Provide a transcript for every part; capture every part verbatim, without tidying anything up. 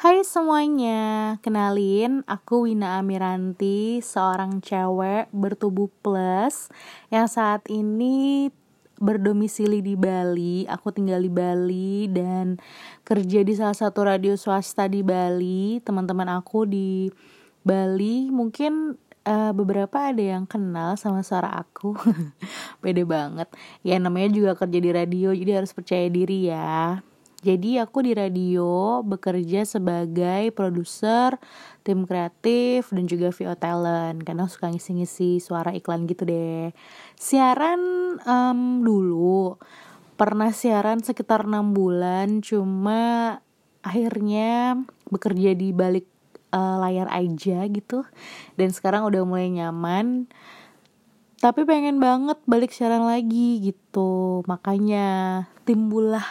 Hai semuanya, kenalin aku Wina Amiranti, seorang cewek bertubuh plus yang saat ini berdomisili di Bali. Aku tinggal di Bali dan kerja di salah satu radio swasta di Bali. Teman-teman aku di Bali mungkin uh, beberapa ada yang kenal sama suara aku. Beda banget. Ya namanya juga kerja di radio, jadi harus percaya diri ya. Jadi aku di radio bekerja sebagai produser, tim kreatif, dan juga V O talent. Karena suka ngisi-ngisi suara iklan gitu deh. Siaran um, dulu, pernah siaran sekitar enam bulan. Cuma akhirnya bekerja di balik uh, layar aja gitu. Dan sekarang udah mulai nyaman. Tapi pengen banget balik siaran lagi gitu. Makanya timbullah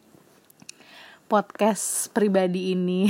podcast pribadi ini.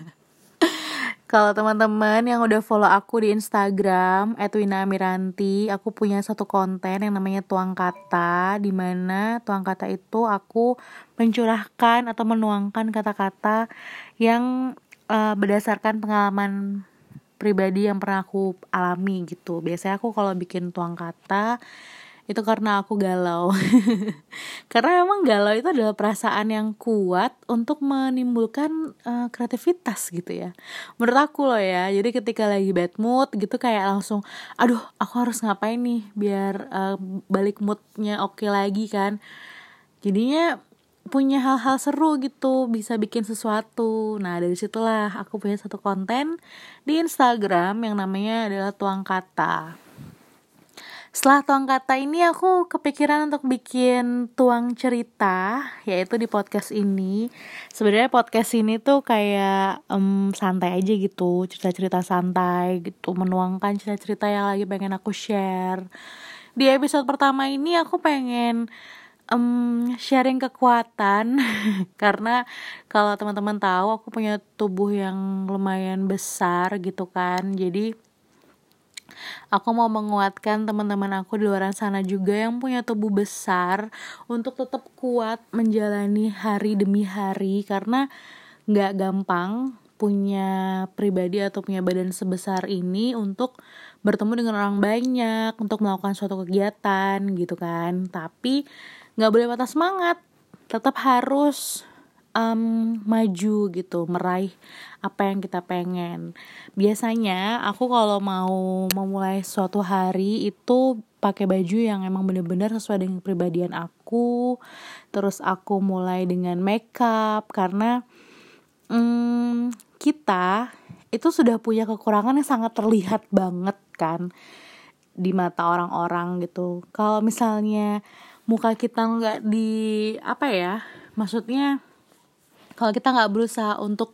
Kalau teman-teman yang udah follow aku di Instagram et wina amiranti, aku punya satu konten yang namanya Tuang Kata, di mana Tuang Kata itu aku mencurahkan atau menuangkan kata-kata yang uh, berdasarkan pengalaman pribadi yang pernah aku alami gitu. Biasanya aku kalau bikin Tuang Kata itu karena aku galau. Karena memang galau itu adalah perasaan yang kuat untuk menimbulkan uh, kreativitas gitu ya. Menurut aku loh ya. Jadi ketika lagi bad mood gitu kayak langsung, aduh aku harus ngapain nih biar uh, balik moodnya oke lagi kan. Jadinya punya hal-hal seru gitu, bisa bikin sesuatu. Nah dari situlah aku punya satu konten di Instagram yang namanya adalah Tuang Kata. Setelah Tuang Kata ini aku kepikiran untuk bikin tuang cerita, yaitu di podcast ini. Sebenarnya podcast ini tuh kayak um, santai aja gitu, cerita-cerita santai gitu, menuangkan cerita-cerita yang lagi pengen aku share. Di episode pertama ini aku pengen um, sharing kekuatan karena kalau teman-teman tahu aku punya tubuh yang lumayan besar gitu kan. Jadi aku mau menguatkan teman-teman aku di luar sana juga yang punya tubuh besar untuk tetap kuat menjalani hari demi hari, karena gak gampang punya pribadi atau punya badan sebesar ini untuk bertemu dengan orang banyak, untuk melakukan suatu kegiatan gitu kan. Tapi gak boleh patah semangat, tetap harus Um, maju gitu, meraih apa yang kita pengen. Biasanya aku kalau mau memulai suatu hari itu pakai baju yang emang benar-benar sesuai dengan kepribadian aku. Terus aku mulai dengan makeup karena um, kita itu sudah punya kekurangan yang sangat terlihat banget kan di mata orang-orang gitu. Kalau misalnya muka kita nggak di apa ya, maksudnya kalau kita nggak berusaha untuk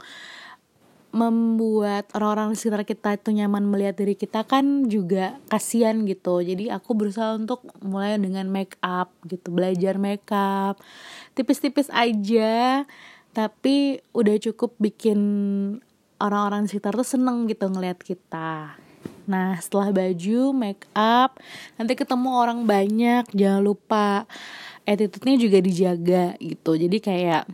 membuat orang-orang di sekitar kita itu nyaman melihat diri kita kan juga kasihan gitu. Jadi aku berusaha untuk mulai dengan make up gitu, belajar make up tipis-tipis aja, tapi udah cukup bikin orang-orang di sekitar tuh seneng gitu ngelihat kita. Nah setelah baju, make up, nanti ketemu orang banyak, jangan lupa attitude-nya juga dijaga gitu. Jadi kayak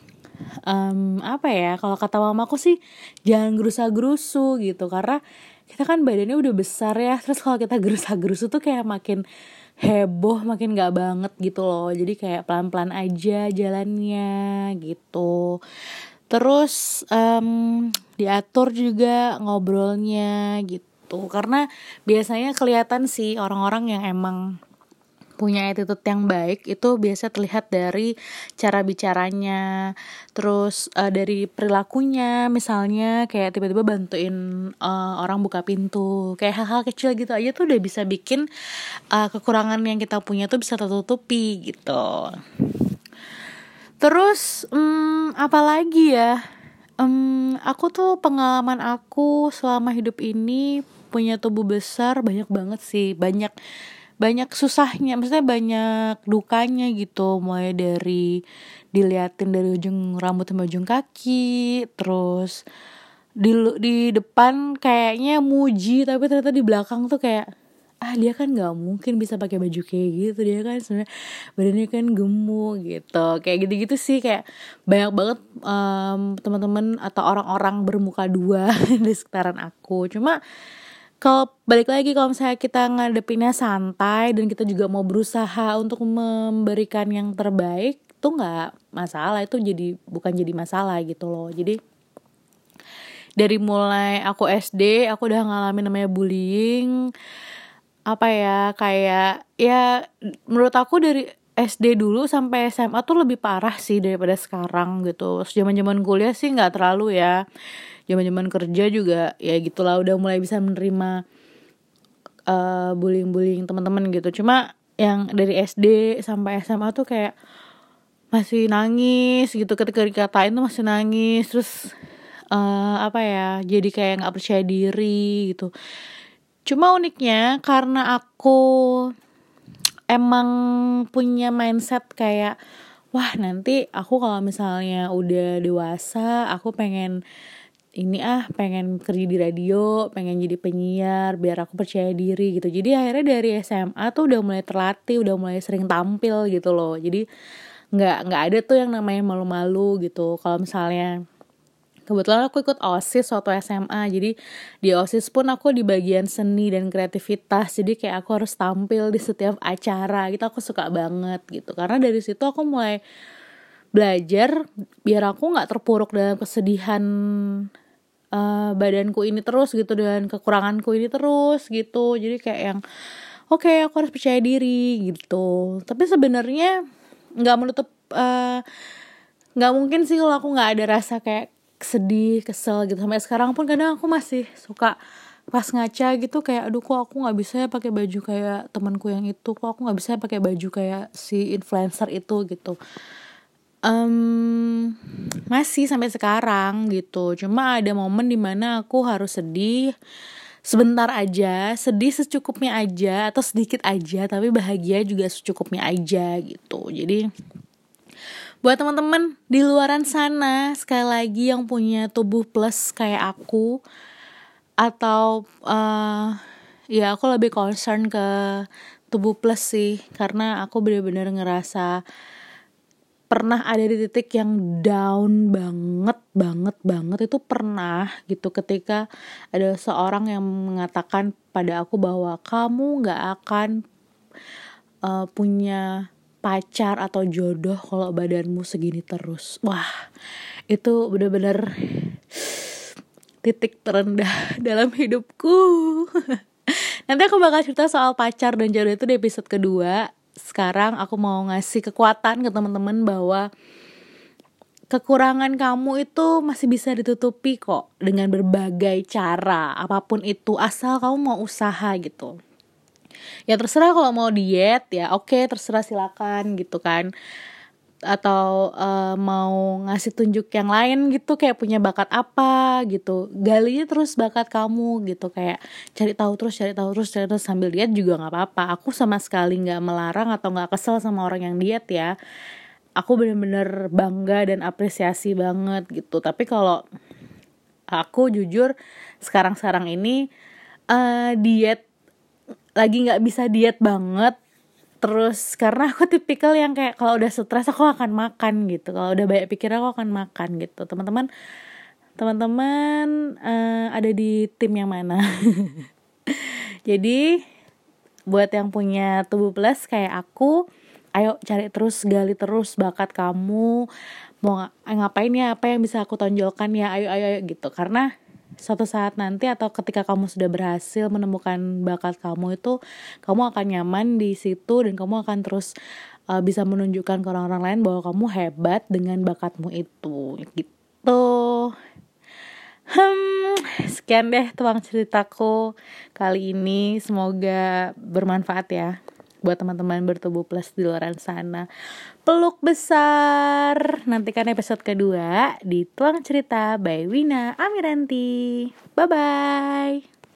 Um, apa ya, kalau kata mamaku sih jangan gerusa-gerusu gitu, karena kita kan badannya udah besar ya. Terus kalau kita gerusa-gerusu tuh kayak makin heboh, makin gak banget gitu loh. Jadi kayak pelan-pelan aja jalannya gitu. Terus um, diatur juga ngobrolnya gitu, karena biasanya kelihatan sih orang-orang yang emang punya attitude yang baik itu biasa terlihat dari cara bicaranya, terus uh, dari perilakunya, misalnya kayak tiba-tiba bantuin uh, orang buka pintu, kayak hal-hal kecil gitu aja tuh udah bisa bikin uh, kekurangan yang kita punya tuh bisa tertutupi gitu. Terus um, apalagi ya, um, aku tuh pengalaman aku selama hidup ini punya tubuh besar banyak banget sih, banyak banyak susahnya, maksudnya banyak dukanya gitu, mulai dari diliatin dari ujung rambut sampai ujung kaki, terus di di depan kayaknya muji tapi ternyata di belakang tuh kayak ah dia kan nggak mungkin bisa pakai baju kayak gitu, dia kan sebenarnya badannya kan gemuk gitu, kayak gitu-gitu sih. Kayak banyak banget um, teman-teman atau orang-orang bermuka dua di sekitaran aku. Cuma kalau balik lagi, kalau misalnya kita ngadepinnya santai dan kita juga mau berusaha untuk memberikan yang terbaik, tuh nggak masalah, itu jadi bukan jadi masalah gitu loh. Jadi dari mulai aku S D aku udah ngalamin namanya bullying. Apa ya, kayak ya menurut aku dari S D dulu sampai S M A tuh lebih parah sih daripada sekarang gitu. Zaman-zaman kuliah sih nggak terlalu ya. Zaman-zaman kerja juga ya gitulah, udah mulai bisa menerima uh, bullying-bullying teman-teman gitu. Cuma yang dari S D sampai S M A tuh kayak masih nangis gitu, ketika dikatain tuh masih nangis. Terus uh, apa ya, jadi kayak nggak percaya diri gitu. Cuma uniknya karena aku emang punya mindset kayak, wah nanti aku kalau misalnya udah dewasa, aku pengen ini ah, pengen kerja di radio, pengen jadi penyiar, biar aku percaya diri gitu. Jadi akhirnya dari S M A tuh udah mulai terlatih, udah mulai sering tampil gitu loh. Jadi nggak nggak ada tuh yang namanya malu-malu gitu. Kalau misalnya kebetulan aku ikut OSIS waktu S M A. Jadi di OSIS pun aku di bagian seni dan kreativitas. Jadi kayak aku harus tampil di setiap acara gitu. Aku suka banget gitu. Karena dari situ aku mulai belajar biar aku gak terpuruk dalam kesedihan uh, badanku ini terus gitu, dan kekuranganku ini terus gitu. Jadi kayak yang oke, okay, aku harus percaya diri gitu. Tapi sebenarnya gak menutup uh, gak mungkin sih kalau aku gak ada rasa kayak sedih, kesel gitu. Sampai sekarang pun kadang aku masih suka pas ngaca gitu kayak, aduh kok aku nggak bisa ya pakai baju kayak temanku yang itu, kok aku nggak bisa pakai baju kayak si influencer itu gitu. Um, masih sampai sekarang gitu. Cuma ada momen dimana aku harus sedih sebentar aja, sedih secukupnya aja atau sedikit aja, tapi bahagia juga secukupnya aja gitu. Jadi buat teman-teman di luaran sana, sekali lagi yang punya tubuh plus kayak aku, atau uh, ya aku lebih concern ke tubuh plus sih, karena aku benar-benar ngerasa pernah ada di titik yang down banget, banget, banget itu pernah gitu, ketika ada seorang yang mengatakan pada aku bahwa kamu gak akan uh, punya pacar atau jodoh kalau badanmu segini terus. Wah, itu benar-benar titik terendah dalam hidupku. Nanti aku bakal cerita soal pacar dan jodoh itu di episode kedua. Sekarang aku mau ngasih kekuatan ke teman-teman bahwa kekurangan kamu itu masih bisa ditutupi kok dengan berbagai cara, apapun itu, asal kamu mau usaha gitu. Ya terserah, kalau mau diet ya oke, okay, terserah, silakan gitu kan. Atau uh, mau ngasih tunjuk yang lain gitu, kayak punya bakat apa gitu, gali terus bakat kamu gitu, kayak cari tahu terus, cari tahu terus, cari terus sambil diet juga nggak apa-apa. Aku sama sekali nggak melarang atau nggak kesel sama orang yang diet ya. Aku benar-benar bangga dan apresiasi banget gitu. Tapi kalau aku jujur sekarang-sekarang ini uh, diet lagi nggak bisa diet banget. Terus karena aku tipikal yang kayak kalau udah stres aku akan makan gitu, kalau udah banyak pikiran aku akan makan gitu. Teman-teman teman-teman uh, ada di tim yang mana? Jadi buat yang punya tubuh plus kayak aku, ayo cari terus, gali terus bakat kamu. Mau ngapain ya, apa yang bisa aku tonjolkan ya, ayo ayo, ayo gitu. Karena suatu saat nanti atau ketika kamu sudah berhasil menemukan bakat kamu itu, kamu akan nyaman di situ dan kamu akan terus uh, bisa menunjukkan ke orang-orang lain bahwa kamu hebat dengan bakatmu itu gitu. Hmm, sekian deh tuang ceritaku kali ini, semoga bermanfaat ya buat teman-teman bertubuh plus di luar sana. Peluk besar. Nantikan episode kedua di Tuang Cerita by Wina Amiranti. Bye bye.